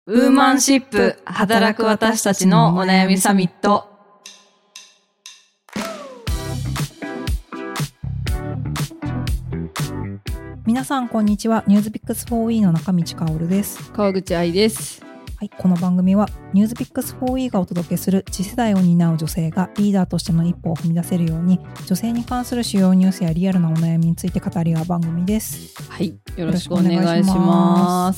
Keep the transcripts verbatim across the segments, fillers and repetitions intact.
ウーマンシップ働く私たちのお悩みサミット。 皆さんこんにちは。ニュースピックス フォーイー の中道香です。 川口愛です。 はい、この番組はニュースピックス フォーイー がお届けする次世代を担う女性がリーダーとしての一歩を踏み出せるように、女性に関する主要ニュースやリアルなお悩みについて語り合う番組です。 はい、よろしくお願いします。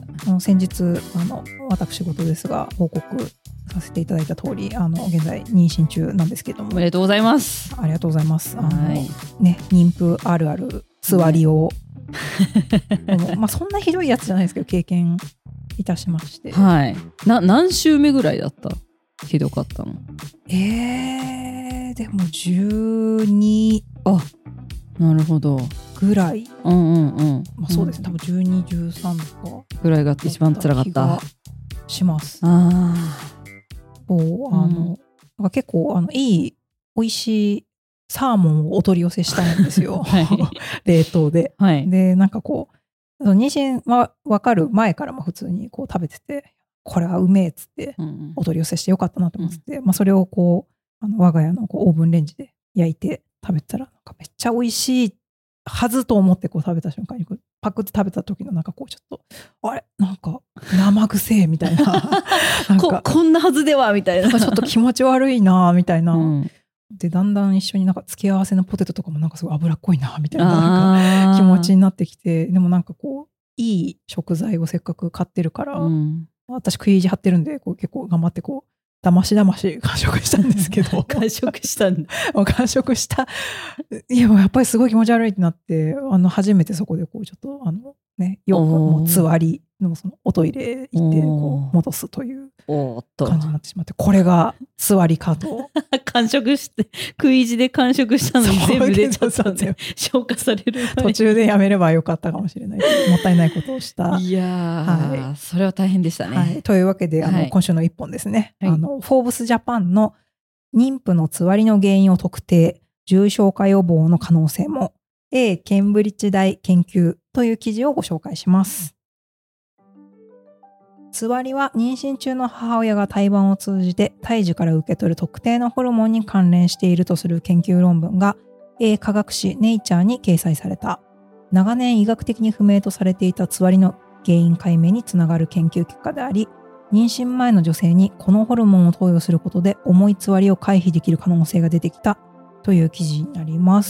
あの先日あの私事ですが報告させていただいた通り、あの現在妊娠中なんですけども。 おめでとうございます。 ありがとうございます。あの、 はい、 ね、妊婦あるある座りを、ね、でもまあそんなひどいやつじゃないですけど経験いたしまして、 はい、な何週目ぐらいだった？ひどかったの？ えー、でもじゅうに、 あ、なるほどぐらい、 うんうんうん、 まあ、そうですね、多分じゅうに、じゅうさんとかぐらいが一番辛かったします。 あそう、あの、うん、なんか結構あのいい美味しいサーモンをお取り寄せしたんですよ、はい、冷凍で、はい、でなんかこう妊娠は分かる前からも普通にこう食べてて、これはうめえっつってお取り寄せしてよかったなと思ってて、うん、まあ、それをこうあの我が家のこうオーブンレンジで焼いて食べたらなんかめっちゃ美味しいはずと思ってこう食べた瞬間にこうパクって食べた時のなんかこうちょっとあれなんか生臭いみたい な, なんか こ, こんなはずではみたいなちょっと気持ち悪いなみたいな、うん、でだんだん一緒になんか付け合わせのポテトとかもなんかすごい脂っこいなみたい な, なんか気持ちになってきて、でもなんかこういい食材をせっかく買ってるから、うん、私食い意地張ってるんでこう結構頑張ってこうだましだまし完食したんですけど完食したんだ完食したいややっぱりすごい気持ち悪いってなって、あの初めてそこでこうちょっとあのねよくもうつわりのそのおトイレ行ってこう戻すという感じになってしまって、これがつわりかと完食して食い意地で完食したのに全部出ちゃったんで消化される途中でやめればよかったかもしれないもったいないことをしたいやー、はい、それは大変でしたね、 はい、というわけであの、はい、今週の一本ですね、はい、あのフォーブスジャパンの妊婦のつわりの原因を特定、重症化予防の可能性も A ケンブリッジ大研究という記事をご紹介します。つわりは妊娠中の母親が胎盤を通じて胎児から受け取る特定のホルモンに関連しているとする研究論文が A 科学誌ネイチャーに掲載された。長年医学的に不明とされていたつわりの原因解明につながる研究結果であり、妊娠前の女性にこのホルモンを投与することで重いつわりを回避できる可能性が出てきたという記事になります。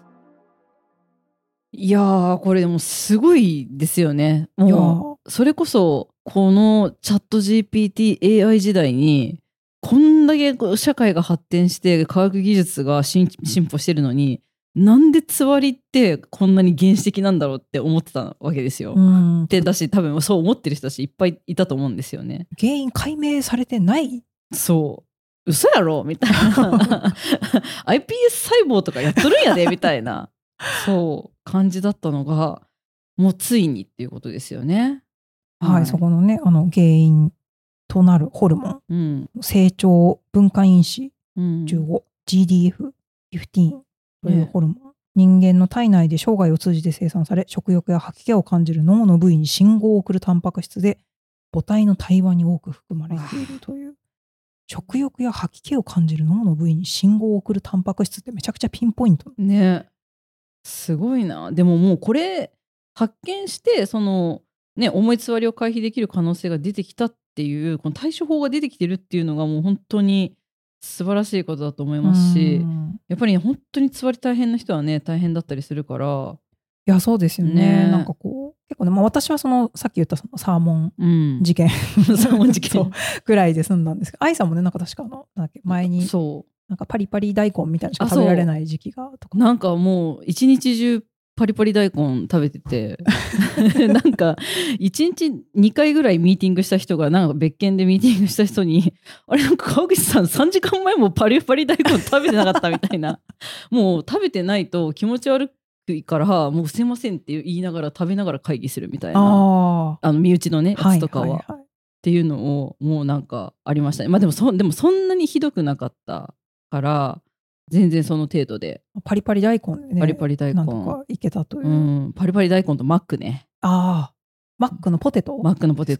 いやー、これでもすごいですよね。もうそれこそこのチャット ジーピーティー エーアイ 時代にこんだけ社会が発展して科学技術が進歩してるのに、なんでつわりってこんなに原始的なんだろうって思ってたわけですよ。うん、でだし多分そう思ってる人たちいっぱいいたと思うんですよね。 原因解明されてない。 そう嘘やろみたいなアイピーエス 細胞とかやっとるんやでみたいなそう感じだったのがもうついにっていうことですよね。 はい、はい、そこのねあの原因となるホルモン、うん、成長分解因子じゅうご、うん、ジーディーエフじゅうご というホルモン、ね、人間の体内で生涯を通じて生産され食欲や吐き気を感じる脳の部位に信号を送るタンパク質で母体の胎盤に多く含まれているという。食欲や吐き気を感じる脳の部位に信号を送るタンパク質ってめちゃくちゃピンポイントね。すごいな。でももうこれ発見してそのね重いつわりを回避できる可能性が出てきたっていうこの対処法が出てきてるっていうのがもう本当に素晴らしいことだと思いますし、やっぱり、ね、本当につわり大変な人はね大変だったりするから。 いやそうですよ ね, ねなんかこう結構ね、まあ、私はそのさっき言ったそのサーモン事件、うん、サーモン事件ぐらいで済んだんですけど、愛さんもねなんか確かあのなんだっけ前にそうなんかパリパリ大根みたいなしか食べられない時期がとか、 なんかもう一日中パリパリ大根食べててなんかいちにちにかいぐらいミーティングした人がなんか別件でミーティングした人にあれなんか川口さんさんじかんまえもパリパリ大根食べてなかったみたいなもう食べてないと気持ち悪いからもうすいませんって言いながら食べながら会議するみたいな あ, あの身内のねやつとかは、はいはいはい、っていうのをもうなんかありましたね。まあでも そ, でもそんなにひどくなかったから全然その程度でパリパリ大根でねパリパリ大根なんとかいけたという、 うん、パリパリ大根とマックね。 ああマックのポテトマックのポテト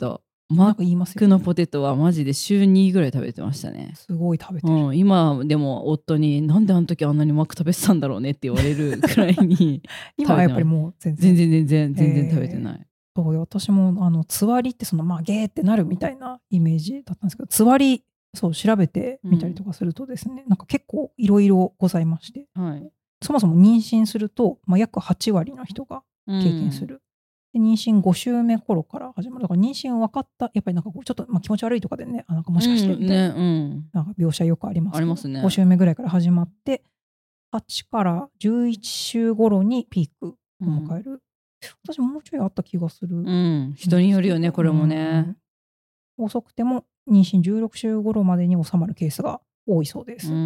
マックのポテトはマジで週にぐらい食べてましたね。 すごい食べてる、 うん、今でも夫になんであの時あんなにマック食べてたんだろうねって言われるくらいに今はやっぱりもう全然全然全然全然食べてない。 そうよ、私もあのつわりってそのまあゲーってなるみたいなイメージだったんですけど、つわりそう調べてみたりとかするとですね、うん、なんか結構いろいろございまして、 はい、 そもそも妊娠すると、まあ、約はちわりの人が経験する、うん、で妊娠ご週目頃から始まる。だから妊娠分かったやっぱりなんかこうちょっとまあ気持ち悪いとかでね、あなんかもしかしてみたいな、うんねうん、なんか描写よくありますけど、ありますね、ご週目ぐらいから始まってはちからじゅういち週頃にピークを迎える、うん、私もうちょいあった気がする、うん、 人によるよねこれもね、 うん、遅くても妊娠じゅうろく週頃までに収まるケースが多いそうです、うん、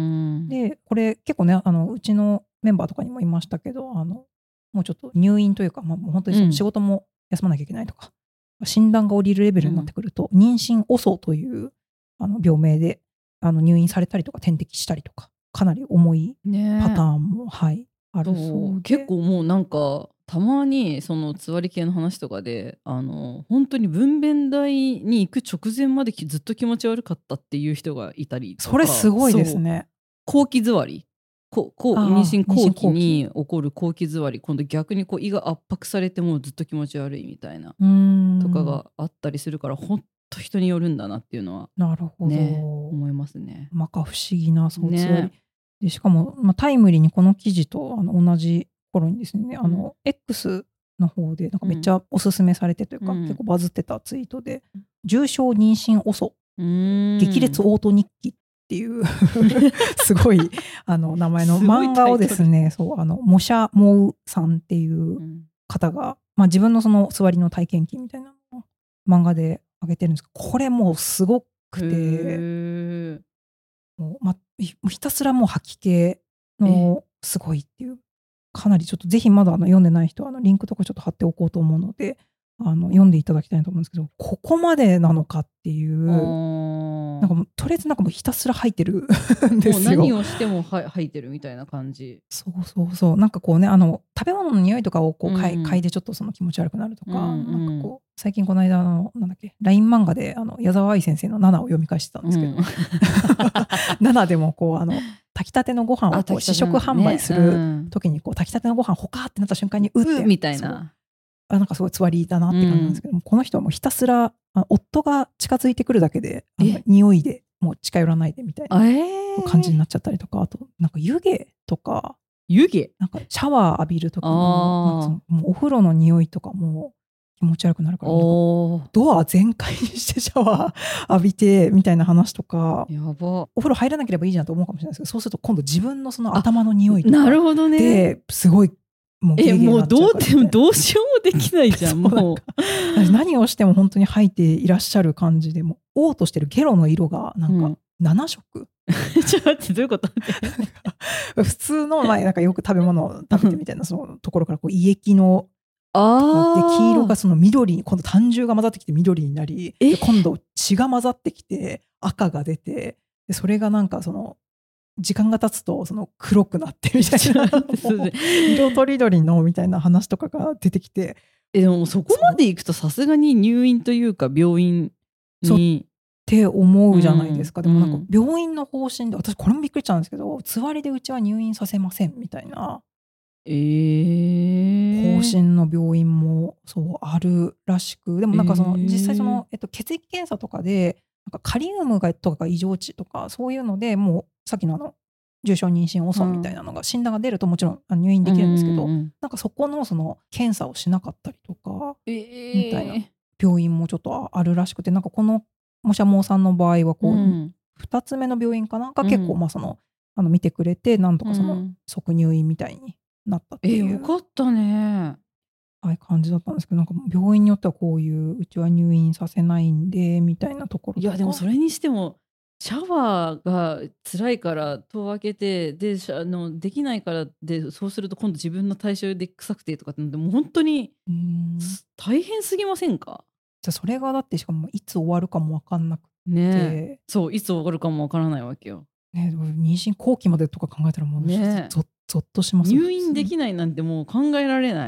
でこれ結構ねあのうちのメンバーとかにもいましたけど、あのもうちょっと入院というか、まあ、もう本当にその仕事も休まなきゃいけないとか、うん、診断が下りるレベルになってくると、うん、妊娠遅というあの病名であの入院されたりとか点滴したりとかかなり重いパターンも、ねはい、あるそうで、 結構もうなんかたまにそのつわり系の話とかであの本当に分娩台に行く直前までずっと気持ち悪かったっていう人がいたりとか、 それすごいですね。 後期座りここ妊娠後期に起こる後期座り、今度逆にこう胃が圧迫されてもうずっと気持ち悪いみたいなとかがあったりするから、本当人によるんだなっていうのは、 ね、なるほど思いますね。 まか不思議なそうつわり、ね、でしかも、まあ、タイムリーにこの記事とあの同じ頃にですね、あの、うん、X の方でなんかめっちゃおすすめされてというか、うん、結構バズってたツイートで、うん、重症妊娠遅激烈オート日記っていうすごいあの名前の漫画をですね、そうあのモシャモウさんっていう方が、まあ、自分のその座りの体験記みたいなのを漫画で上げてるんですけど、これもうすごくてもう、ま、ひたすらもう吐き気のすごいっていう、かなりちょっとぜひまだあの読んでない人はあのリンクとかちょっと貼っておこうと思うので、あの読んでいただきたいと思うんですけど、ここまでなのかっていう、なんかもうとりあえずなんかもうひたすら吐いてるんですよ。 もう何をしても吐いてるみたいな感じ。 そうそうそう、なんかこうね、あの食べ物の匂いとかをこう嗅い、うん、嗅いでちょっとその気持ち悪くなるとか、うんうん、なんかこう最近この間のなんだっけ ライン 漫画であの矢沢愛先生のナナを読み返してたんですけど、うん、ナナでもこうあの炊きたてのご飯をこう試食販売する時にこう炊きたてのご飯ほかってなった瞬間にうってみたいな。 あなんかすごいつわりだなって感じなんですけども、うん、この人はもうひたすら夫が近づいてくるだけであの匂いでもう近寄らないでみたいな感じになっちゃったりとか、あとなんか湯気とか湯気なんかシャワー浴びる時のもうお風呂の匂いとかも気持ち悪くなるから、ドア全開にしてシャワー浴びてみたいな話とか、 やばお風呂入らなければいいじゃんと思うかもしれないですけど、そうすると今度自分のその頭の匂いとかなるほどねですごいもうえもうどうでもどうしようもできないじゃんもう何をしても本当に吐いていらっしゃる感じで、もう嘔吐してるゲロの色がなんかなな色、うん、 ちょっと待ってどういうこと普通の、まあ、なんかよく食べ物を食べてみたいなそのところからこう胃液のあで黄色がその緑に今度胆汁が混ざってきて緑になり、で今度血が混ざってきて赤が出て、でそれがなんかその時間が経つとその黒くなってみたいな色とりどりのみたいな話とかが出てきて、 えでもそこまでいくとさすがに入院というか病院にって思うじゃないですか、うん、でもなんか病院の方針で私これもびっくりしちゃうんですけど、つわりでうちは入院させませんみたいな、 えー、 方針の病院もそうあるらしく、でもなんかその、えー、実際その、えっと、血液検査とかでなんかカリウムがとかが異常値とかそういうのでもうさっきのあの重症妊娠遅みたいなのが診断が出るともちろん入院できるんですけど、うんうんうん、なんかそこのその検査をしなかったりとか、えー、みたいな病院もちょっとあるらしくて、なんかこのもしゃもーさんの場合はこう、うん、ふたつめの病院かなんか結構まあその、うん、あの見てくれてなんとかその即入院みたいになったっていう、 えー、よかったね、 はい、感じだったんですけど、なんか病院によってはこういううちは入院させないんでみたいなところとか。 いやでもそれにしてもシャワーが辛いから戸を開けてであのできないからでそうすると今度自分の体臭で臭くてとかってのでもう本当に大変すぎませんか。 じゃそれがだってしかもいつ終わるかも分かんなくて、 ね、そういつ終わるかも分からないわけよ、 ね、妊娠後期までとか考えたらもう、ね、ゾッゾッとします。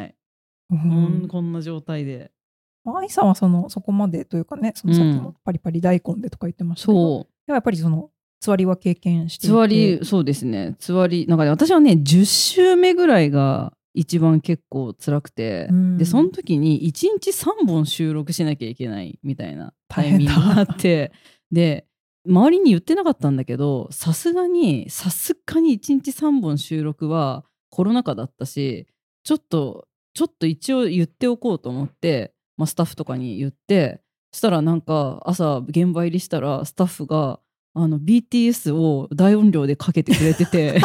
入院できないなんてもう考えられない、うん、こんな状態で。 愛さんはそのそこまでというかね、そのさっきもパリパリ大根でとか言ってましたけど、うん、でもやっぱりそのつわりは経験していて。 つわり、そうですね。つわり、なんかね、私はね、じゅっ週目ぐらいが一番結構辛くて、うん、で、その時にいちにちさんぼん収録しなきゃいけないみたいなタイミングがあって、で、周りに言ってなかったんだけど、さすがに、さすがにいちにちさんぼん収録はコロナ禍だったし、ちょっと、ちょっと一応言っておこうと思って、まあ、スタッフとかに言って、そしたらなんか朝現場入りしたらスタッフが、あの ビーティーエス を大音量でかけてくれてて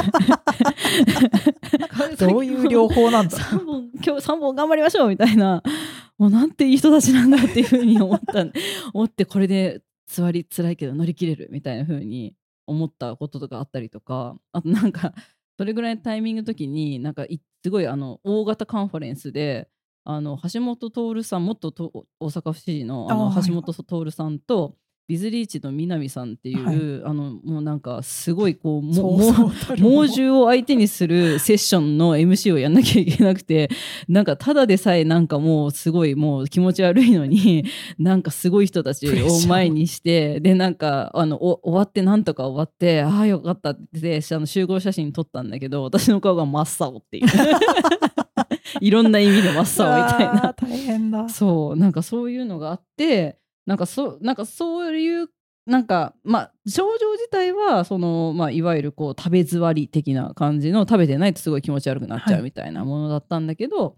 どういう療法なんださんぼん今日さんぼん頑張りましょうみたいな、もうなんていい人たちなんだっていうふうに思った思って、これでつわり辛いけど乗り切れるみたいなふうに思ったこととかあったりとか、あとなんかそれぐらいのタイミングの時になんかすごいあの大型カンファレンスで、あの橋本徹さん、元と大阪府知事のあの橋本徹さんとビズリーチの南さんっていう、はい、あのもうなんかすごいこうも猛獣を相手にするセッションの エムシー をやんなきゃいけなくて、なんかただでさえなんかもうすごいもう気持ち悪いのになんかすごい人たちを前にして、でなんかあのお終わってなんとか終わって、ああよかったってあの集合写真撮ったんだけど、私の顔が真っ青っていういろんな意味で真っ青みたいな大変だ。 そうなんかそういうのがあって、なんか そ, なんかそういうなんかまあ症状自体はその、まあ、いわゆるこう食べ座り的な感じの、食べてないとすごい気持ち悪くなっちゃうみたいなものだったんだけど、はい、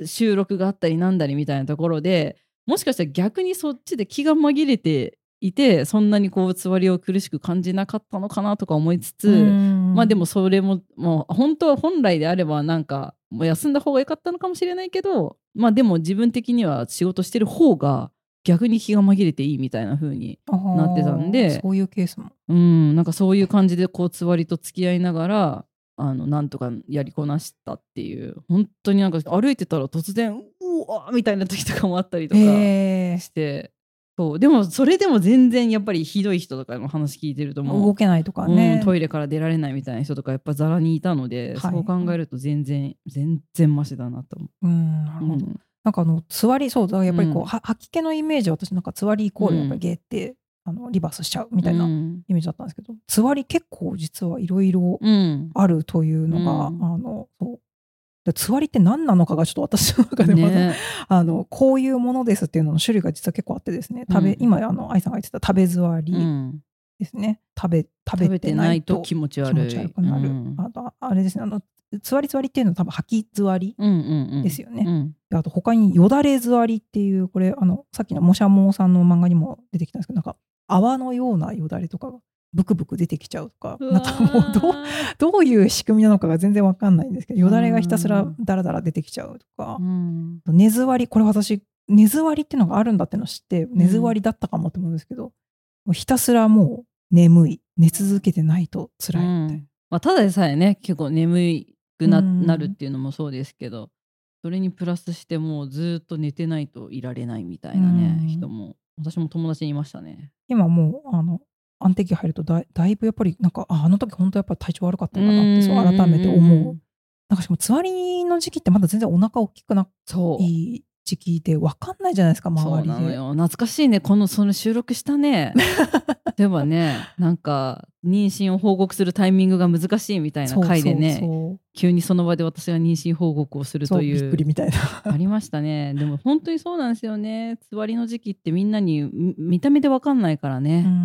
収録があったりなんだりみたいなところで、もしかしたら逆にそっちで気が紛れていて、そんなにこうつわりを苦しく感じなかったのかなとか思いつつ、まあでもそれももう本当は本来であればなんかもう休んだ方が良かったのかもしれないけど、まあでも自分的には仕事してる方が逆に気が紛れていいみたいな風になってたんで、 そういうケースも、 うん、なんかそういう感じでこうつわりと付き合いながらあのなんとかやりこなしたっていう、本当になんか歩いてたら突然うわーみたいな時とかもあったりとかして、そうでもそれでも全然やっぱりひどい人とかの話聞いてるともう動けないとかね、 うん、トイレから出られないみたいな人とかやっぱざらにいたので、はい、そう考えると全然全然マシだなと思う。 うん、なるほど。うんなんかあのつわり、そうだやっぱりこう、うん、吐き気のイメージは私なんかつわりイコールやっぱりゲーって、うん、あのリバースしちゃうみたいなイメージだったんですけど、うん、つわり結構実はいろいろあるというのが、うん、あのそうつわりって何なのかがちょっと私の中でまだ、ね、あのこういうものですっていうのの種類が実は結構あってですね、食べ、うん、今あの愛さんが言ってた食べづわりですね、食べ食べてないと気持ち悪くなる、うん、あとあれですね、あのつわりつわりっていうのは多分吐き座りですよね、うんうんうん、あと他によだれ座りっていう、これあのさっきのもしゃもーさんの漫画にも出てきたんですけど、なんか泡のようなよだれとかがブクブク出てきちゃうとか、なんかもう ど, どういう仕組みなのかが全然わかんないんですけど、よだれがひたすらダラダラ出てきちゃうとか、寝座り、これ私寝座りっていうのがあるんだってのを知って寝座りだったかもと思うんですけど、もうひたすらもう眠い、寝続けてないと辛いみたいな、うんまあ、ただでさえね結構眠いく な, なるっていうのもそうですけど、それにプラスしてもうずっと寝てないといられないみたいなね人も私も友達にいましたね。 今もうあの安定期入ると だ, だいぶやっぱりなんか あ, あの時本当やっぱ体調悪かったんだなってそう改めて思う。なんかしかもつわりの時期ってまだ全然お腹大きくない時期で分かんないじゃないですか周りで。 そうなのよ、懐かしいね、このその収録したねではね、なんか妊娠を報告するタイミングが難しいみたいな回でね、そうそうそう急にその場で私が妊娠報告をするという、 びっくりみたいなありましたね。でも本当にそうなんですよね。つわりの時期ってみんなに見た目で分かんないからね、うん、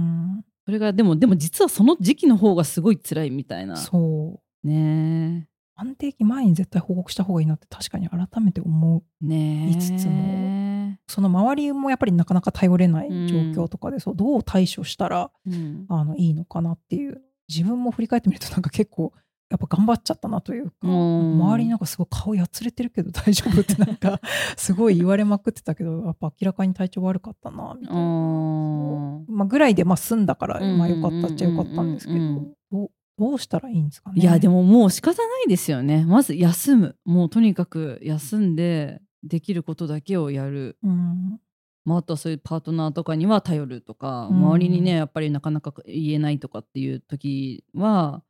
それがでもでも実はその時期の方がすごい辛いみたいな。 そうね、 安定期前に絶対報告した方がいいなって確かに改めて思いつつも、その周りもやっぱりなかなか頼れない状況とかで、うん、そうどう対処したら、うん、あのいいのかなっていう、自分も振り返ってみるとなんか結構やっぱ頑張っちゃったなというか、うん、周りになんかすごい顔やつれてるけど大丈夫ってなんかすごい言われまくってたけどやっぱ明らかに体調悪かったなみたいな、まあ、ぐらいでまあ済んだから、まあ、よかったっちゃよかったんですけど、どうどうしたらいいんですかね。 いやでももう仕方ないですよね。まず休む、もうとにかく休んでできることだけをやる、うんまあ、あとはそういうパートナーとかには頼るとか、うん、周りにねやっぱりなかなか言えないとかっていう時は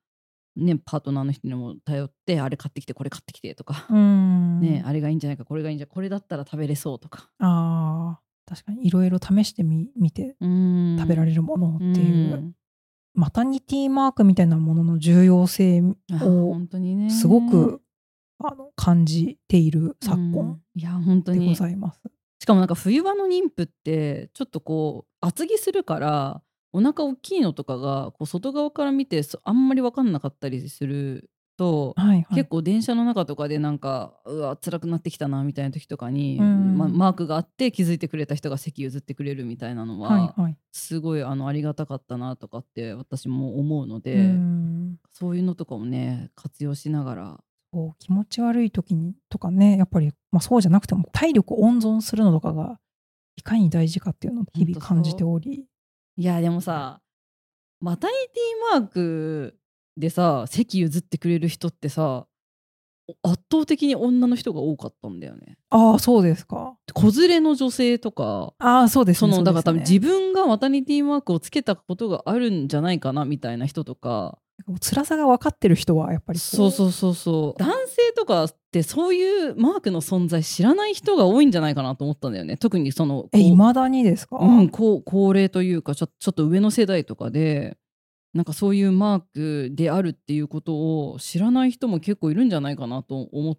ね、パートナーの人にも頼ってあれ買ってきてこれ買ってきてとか、 うんね、あれがいいんじゃないかこれがいいんじゃこれだったら食べれそうとか、 あ確かにいろいろ試してみ見て食べられるものっていう、マタニティマークみたいなものの重要性をすごくあの感じている昨今でございます。 しかもなんか冬場の妊婦ってちょっとこう厚着するからお腹大きいのとかがこう外側から見てあんまり分かんなかったりすると、はいはい、結構電車の中とかでなんかうわ辛くなってきたなみたいな時とかに、ま、マークがあって気づいてくれた人が席譲ってくれるみたいなのは、はいはい、すごい あのありがたかったなとかって私も思うので、うんそういうのとかもね活用しながら。 こう気持ち悪い時にとかねやっぱり、まあ、そうじゃなくても体力を温存するのとかがいかに大事かっていうのを日々感じており、 いやでもさマタニティマークでさ席譲ってくれる人ってさ圧倒的に女の人が多かったんだよね。 ああそうですか。 子連れの女性とか、 ああそうですね。 そのだから多分自分がマタニティマークをつけたことがあるんじゃないかなみたいな人とか。 辛さが分かってる人はやっぱりそうそうそうそう男性とかってそういうマークの存在知らない人が多いんじゃないかなと思ったんだよね。特にそのえ未だにですか。 うん高齢というかちょ、ちょっと上の世代とかでなんかそういうマークであるっていうことを知らない人も結構いるんじゃないかなと思って。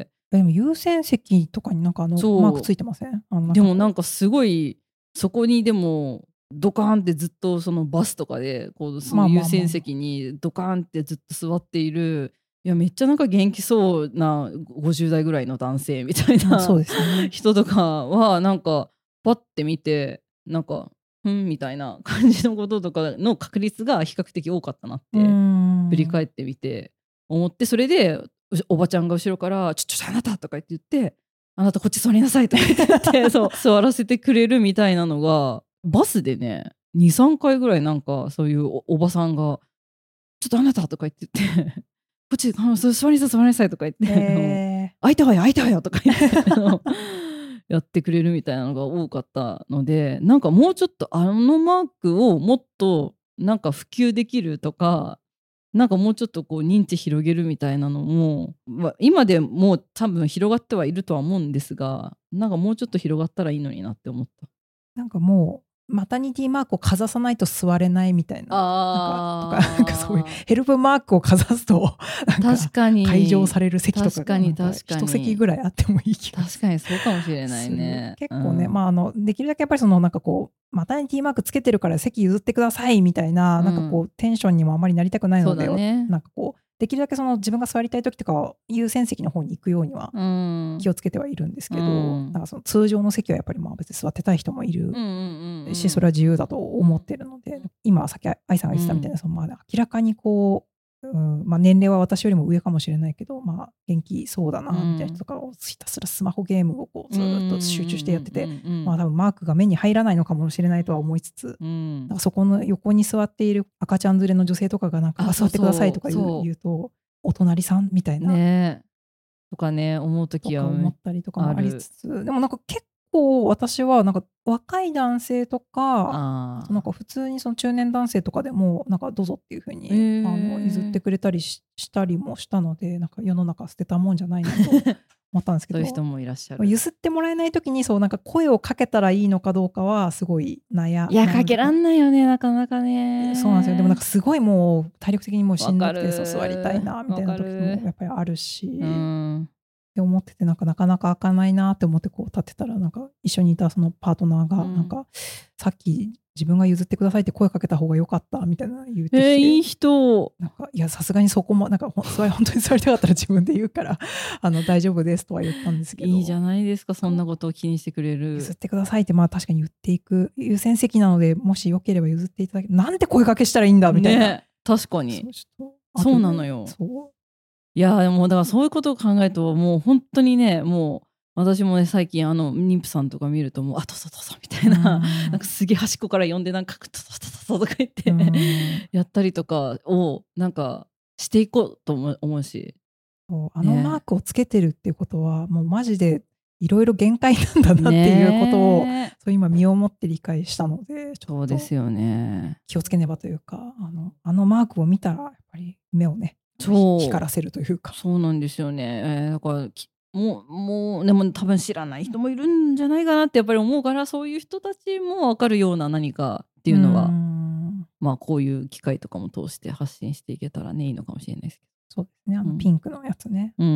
でも優先席とかになんかあのマークついてません？あでもなんかすごいそこにでもドカーンってずっとそのバスとかでこうその優先席にドカーンってずっと座っている、いやめっちゃなんか元気そうなごじゅう代ぐらいの男性みたいな、そうですね、人とかはなんかパッて見てなんかうんみたいな感じのこととかの確率が比較的多かったなって振り返ってみて思って、それでおばちゃんが後ろから「ちょちょあなた」とか言って言って「あなたこっち座りなさい」とか言ってそう座らせてくれるみたいなのがバスでね にさんかいぐらいなんかそういう お, おばさんが「ちょっとあなた」とか言って言って「こっちあ座りなさい座りなさい」とか言って「開いたわよ開いたわよ」とか言ってやってくれるみたいなのが多かったので、なんかもうちょっとあのマークをもっとなんか普及できるとか、なんかもうちょっとこう認知広げるみたいなのも、まあ、今でもう多分広がってはいるとは思うんですが、なんかもうちょっと広がったらいいのになって思った。 なんかもうマタニティマークをかざさないと座れないみたいな、あなんかとかなんかそういうヘルプマークをかざすとなんか退場される席とかが一席ぐらいあってもいい気がする。 確かにそうかもしれないね。 結構ね、うん、まああのできるだけやっぱりそのなんかこうマタニティマークつけてるから席譲ってくださいみたいな、うん、なんかこうテンションにもあまりなりたくないので、ね、なんかこうできるだけその自分が座りたい時とかは優先席の方に行くようには気をつけてはいるんですけど、うん、なんかその通常の席はやっぱりまあ別に座ってたい人もいるし、それは自由だと思ってるので、今さっき愛さんが言ってたみたいな、そのまあ明らかにこう、うんまあ、年齢は私よりも上かもしれないけど、まあ、元気そうだなみたいな人とかをひたすらスマホゲームをこうずっと集中してやってて、まあ多分マークが目に入らないのかもしれないとは思いつつ、うん、なんかそこの横に座っている赤ちゃん連れの女性とかがなんか座ってくださいとか言 う, 言うとお隣さんみたいな、 ね、とかね思う時は思ったりとかもありつつ、でもなんか結構私はなんか若い男性とかなんか普通にその中年男性とかでもなんかどうぞっていう風に、えー、あの譲ってくれたり し, したりもしたので、なんか世の中捨てたもんじゃないなと思ったんですけどそういう人もいらっしゃる。 譲ってもらえない時にそうなんか声をかけたらいいのかどうかはすごい悩いやかけらんないよねなかなかね。 そうなんですよ。でもなんかすごいもう体力的にもうしんどくてそう座りたいなみたいな時もやっぱりあるし、うんって思ってて、なんかなかなか開かないなって思ってこう立ってたら、なんか一緒にいたそのパートナーがなんか、うん、さっき自分が譲ってくださいって声かけた方が良かったみたいな言うてきて、 えー、いい人。 なんかいやさすがにそこもなんか座り本当に座りたかったら自分で言うからあの大丈夫ですとは言ったんですけど、 いいじゃないですかそんなことを気にしてくれる。 譲ってくださいってまあ確かに言っていく、優先席なのでもしよければ譲っていただけ、なんて声かけしたらいいんだみたいな、ね、 確かに そう, そうなのよ。そういやでもだからそういうことを考えるともう本当にね、もう私もね最近あの妊婦さんとか見るともうあどうぞどうぞみたいな、なんかすげえ端っこから呼んでなんかトトトトとか言ってやったりとかをなんかしていこうと思うし、 あのマークをつけてるっていうことは、ね、もうマジでいろいろ限界なんだなっていうことを、ね、そう今身をもって理解したので、 そうですよね、 気をつけねばというか、あのあのマークを見たらぱり目をね光らせるというか。 そうなんですよね、えー、だからもう、もうでも多分知らない人もいるんじゃないかなってやっぱり思うから、そういう人たちも分かるような何かっていうのは、まあこういう機会とかも通して発信していけたらねいいのかもしれないですけど。 そうですね、あのピンクのやつね、 うん、うん、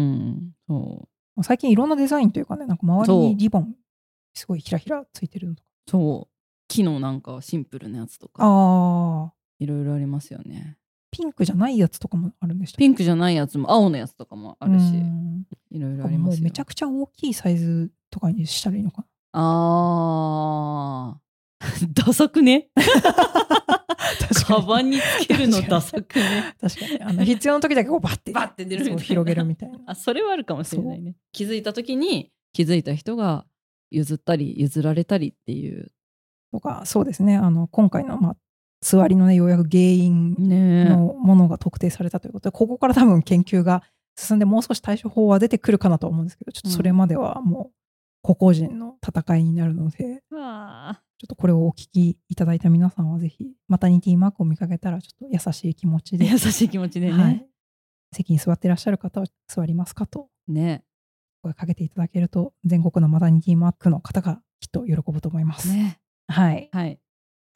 そう最近いろんなデザインというかね、なんか周りにリボンすごいひらひらついてるのとか、 そう木のなんかシンプルなやつとか、 あいろいろありますよね。 ピンクじゃないやつとかもあるんでしたっけ？ ピンクじゃないやつも青のやつとかもあるし、いろいろありますよ。 もうめちゃくちゃ大きいサイズとかにしたらいいのかな。 あーダサくねカバンにつけるのダサくね確かにあの必要な時だけこうバッてバッて出るみたいな、 広げるみたいなあ、それはあるかもしれないね。気づいた時に気づいた人が譲ったり譲られたりっていうとか、そうですね、あの今回の、まあ、座りのねようやく原因のものが特定されたということで、ここから多分研究が進んでもう少し対処法は出てくるかなと思うんですけど、ちょっとそれまではもう個々人の戦いになるので、うん、ちょっとこれをお聞きいただいた皆さんはぜひマタニティマークを見かけたらちょっと優しい気持ちで優しい気持ちでね、はい、 席に座っていらっしゃる方は座りますかとね声かけていただけると、全国のマタニティマークの方がきっと喜ぶと思いますね。 はい、 はい、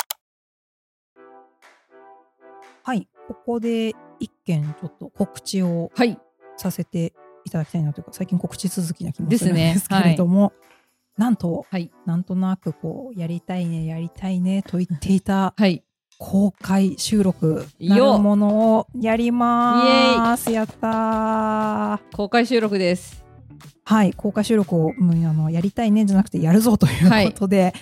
はい、ここで一件ちょっと告知をさせていただきたいなというか、最近告知続きな気もするんですけれども、ね、はい、なんと、はい、なんとなくこうやりたいねやりたいねと言っていた、はい、公開収録なるものをやります。やったー、公開収録です。はい、公開収録を、うん、あのやりたいねじゃなくてやるぞということで、はい、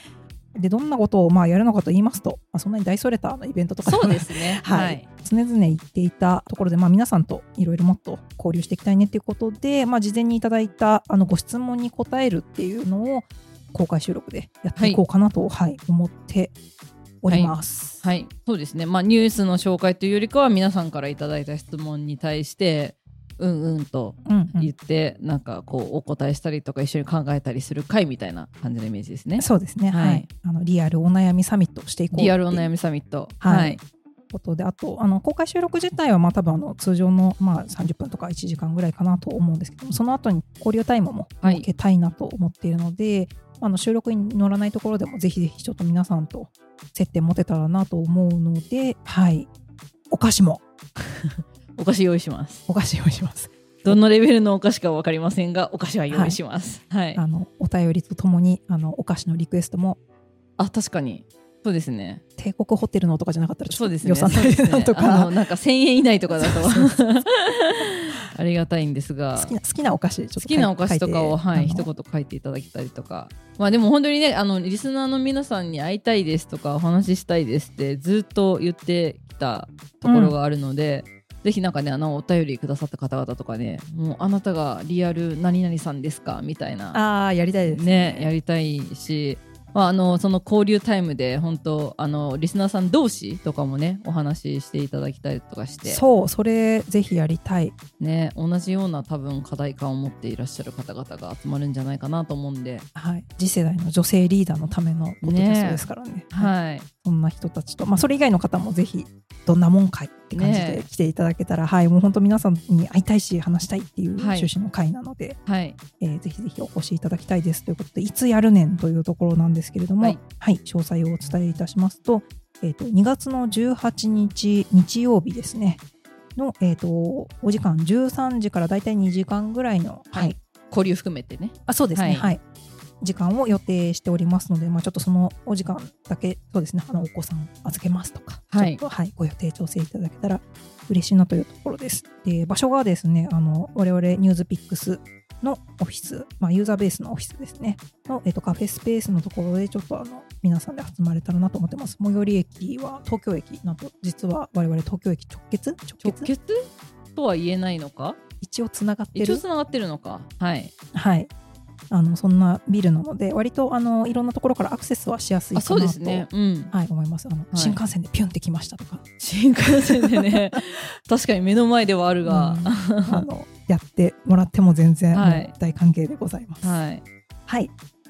でどんなことをまあやるのかと言いますと、まあ、そんなに大それたのイベントとかそうですね、 はいはい、常々言っていたところで、まあ、皆さんといろいろもっと交流していきたいねということで、まあ、事前にいただいたあのご質問に答えるっていうのを公開収録でやっていこうかなと、はいはい、思っております。 はい、はい、そうですね、まあ、ニュースの紹介というよりかは皆さんからいただいた質問に対してうんうんと言って、うんうん、なんかこうお答えしたりとか一緒に考えたりする会みたいな感じのイメージですね。 そうですね、はいはい、あのリアルお悩みサミットしていこう。 リアルお悩みサミット、 はい、はい、ことで、あとあの公開収録自体はまあ多分あの通常のまあさんじゅっぷんとかいちじかんぐらいかなと思うんですけども、その後に交流タイムも設けたいなと思っているので、はい、あの収録に乗らないところでもぜひぜひちょっと皆さんと接点持てたらなと思うので、はい、お菓子もお菓子用意します。 お菓子用意します。 どのレベルのお菓子かは分かりませんが、お菓子は用意します。はい。はい、 あのお便りとともにあのお菓子のリクエストも。 あ、確かに。そうですね。 帝国ホテルのとかじゃなかったらちょっと予算足りないとか、 ね、あのなんかせんえん以内とかだとありがたいんですが、 好きな好きなお菓子ちょっと好きなお菓子とかをはい一言書いていただきたりとか、まあでも本当にね、あのリスナーの皆さんに会いたいですとかお話ししたいですってずっと言ってきたところがあるので。うん、ぜひなんかね、あのお便りくださった方々とかね、もうあなたがリアル何々さんですかみたいな、 あーやりたいですね、 ね、やりたいし、まあ、あのその交流タイムで本当あのリスナーさん同士とかもねお話ししていただきたりとかして、 そうそれぜひやりたいね、同じような多分課題感を持っていらっしゃる方々が集まるんじゃないかなと思うんで、 はい、次世代の女性リーダーのためのポッドキャストですからね、ね、 はい、 そんな人たちと、まあ、それ以外の方もぜひどんなもんかいって感じで来ていただけたら、ね、はい、もう本当皆さんに会いたいし話したいっていう趣旨の会なので、はい、えー、ぜひぜひお越しいただきたいですということで、いつやるねんというところなんですけれども、はいはい、詳細をお伝えいたしますと、えー、とにがつのじゅうはちにち日曜日ですねの、えー、とお時間じゅうさんじからだいたいにじかんぐらいの、 はい、交流含めてね、 あそうですね、はいはい、時間を予定しておりますので、まあ、ちょっとそのお時間だけそうですね、あのお子さん預けますとか、はい、ちょっと、はい、ご予定調整いただけたら嬉しいなというところです。で、場所がですね、あの我々ニュースピックスのオフィス、まあ、ユーザーベースのオフィスですねの、えー、とカフェスペースのところでちょっとあの皆さんで集まれたらなと思ってます。最寄り駅は東京駅、なんと実は我々東京駅直結直結直結とは言えないのか、 一応つながってる一応つながってるのか、はい、 はい、あのそんなビルなので割とあのいろんなところからアクセスはしやすいかなと、 そうですね、うん、 はい、思います。あの、はい、新幹線でピュンってきましたとか、 新幹線でね確かに目の前ではあるが、うん、あのやってもらっても全然、はい、大歓迎でございます。 はい、 はい、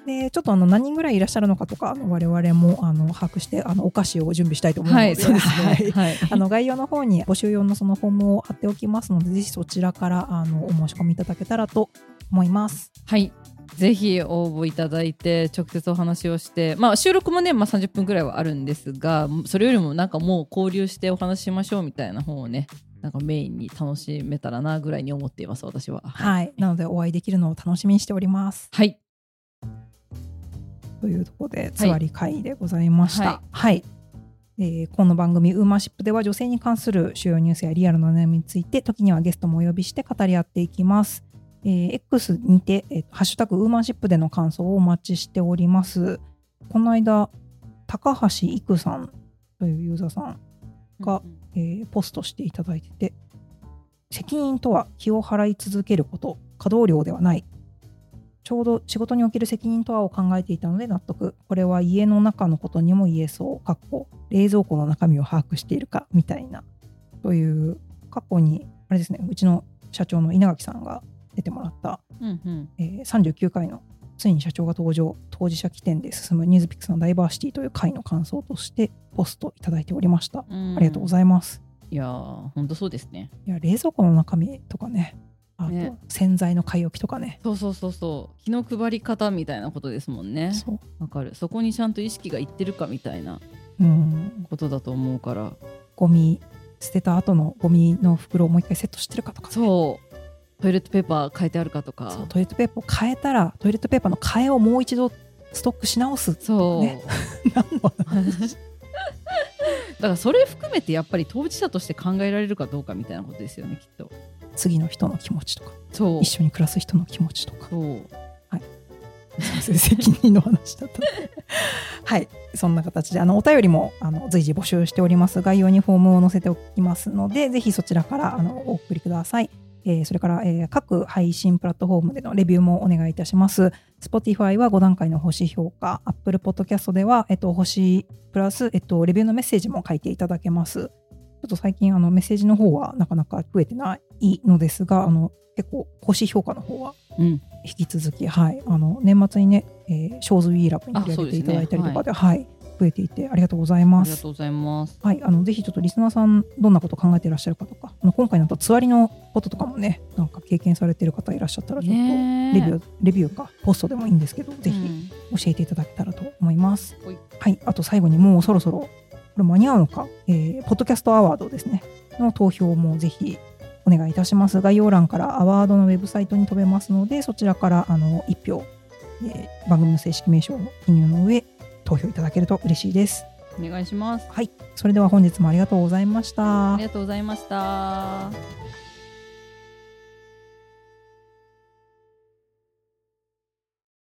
でちょっとあの何人ぐらいいらっしゃるのかとか、あの我々もあの把握してあのお菓子を準備したいと思うので、はい、そうですね、はい、あの概要の方に募集用のそのフォームを貼っておきますので、ぜひそちらからあのお申し込みいただけたらと思います。 はい、ぜひ応募いただいて直接お話をして、まあ、収録もね、まあ、さんじゅっぷんぐらいはあるんですが、それよりもなんかもう交流してお話ししましょうみたいな方をね、なんかメインに楽しめたらなぐらいに思っています、私は。 はい、なのでお会いできるのを楽しみにしております。 はい、 というところでつわり会でございました。はい、はい、えー、この番組ウーマンシップでは女性に関する主要ニュースやリアルな悩みについて、時にはゲストもお呼びして語り合っていきます。えー、X にて、えー、ハッシュタグウーマンシップでの感想をお待ちしております。この間高橋育さんというユーザーさんが、うんうん、えー、ポストしていただいてて、責任とは気を払い続けること、稼働量ではない、ちょうど仕事における責任とはを考えていたので納得、これは家の中のことにも言えそう、かっこ冷蔵庫の中身を把握しているかみたいな、という過去にあれですね、うちの社長の稲垣さんが出てもらった、うんうん、えー、さんじゅうきゅうかいのついに社長が登場、当事者起点で進むニュースピックスのダイバーシティという回の感想としてポストいただいておりました。ありがとうございます。 いやー、ほんとそうですね。 いや、冷蔵庫の中身とかね、あと、ね、洗剤の買い置きとかね、 そうそうそうそう、気の配り方みたいなことですもんね。そう、わかる。そこにちゃんと意識がいってるかみたいなことだと思うから、うん、 ゴミ捨てた後のゴミの袋をもう一回セットしてるかとか、ね、 そうトイレットペーパー変えてあるかとか、 そうトイレットペーパーを変えたらトイレットペーパーの替えをもう一度ストックし直す、ね、そう何の話だからそれ含めてやっぱり当事者として考えられるかどうかみたいなことですよね、きっと。 次の人の気持ちとか、そう一緒に暮らす人の気持ちとか、そう、はい、責任の話だったはい、そんな形であのお便りもあの随時募集しております。概要にフォームを載せておきますので、ぜひそちらからあのお送りください。えー、それから、えー、各配信プラットフォームでのレビューもお願いいたします。Spotify はご段階の星評価、Apple Podcast では、えっと、星プラス、えっと、レビューのメッセージも書いていただけます。ちょっと最近あのメッセージの方はなかなか増えてないのですが、あの結構星評価の方は引き続き、うん、はい、あの年末にね、えー、ショーズ・ウィー・ラブに取り上げていただいたりとかで、はい、増えていてありがとうございます。 ありがとうございます。 はい、あのぜひちょっとリスナーさんどんなこと考えていらっしゃるかとか、あの今回のつわりのこととかもね、なんか経験されている方いらっしゃったら、ちょっとレビューレビューかポストでもいいんですけど、ぜひ教えていただけたらと思います。うん、はい、あと最後にもうそろそろこれ間に合うのか、えー、ポッドキャストアワードですねの投票もぜひお願いいたします。概要欄からアワードのウェブサイトに飛べますので、そちらからあのいち票、えー、番組の正式名称を記入の上投票いただけると嬉しいです。 お願いします。 はい、それでは本日もありがとうございました。 ありがとうございました。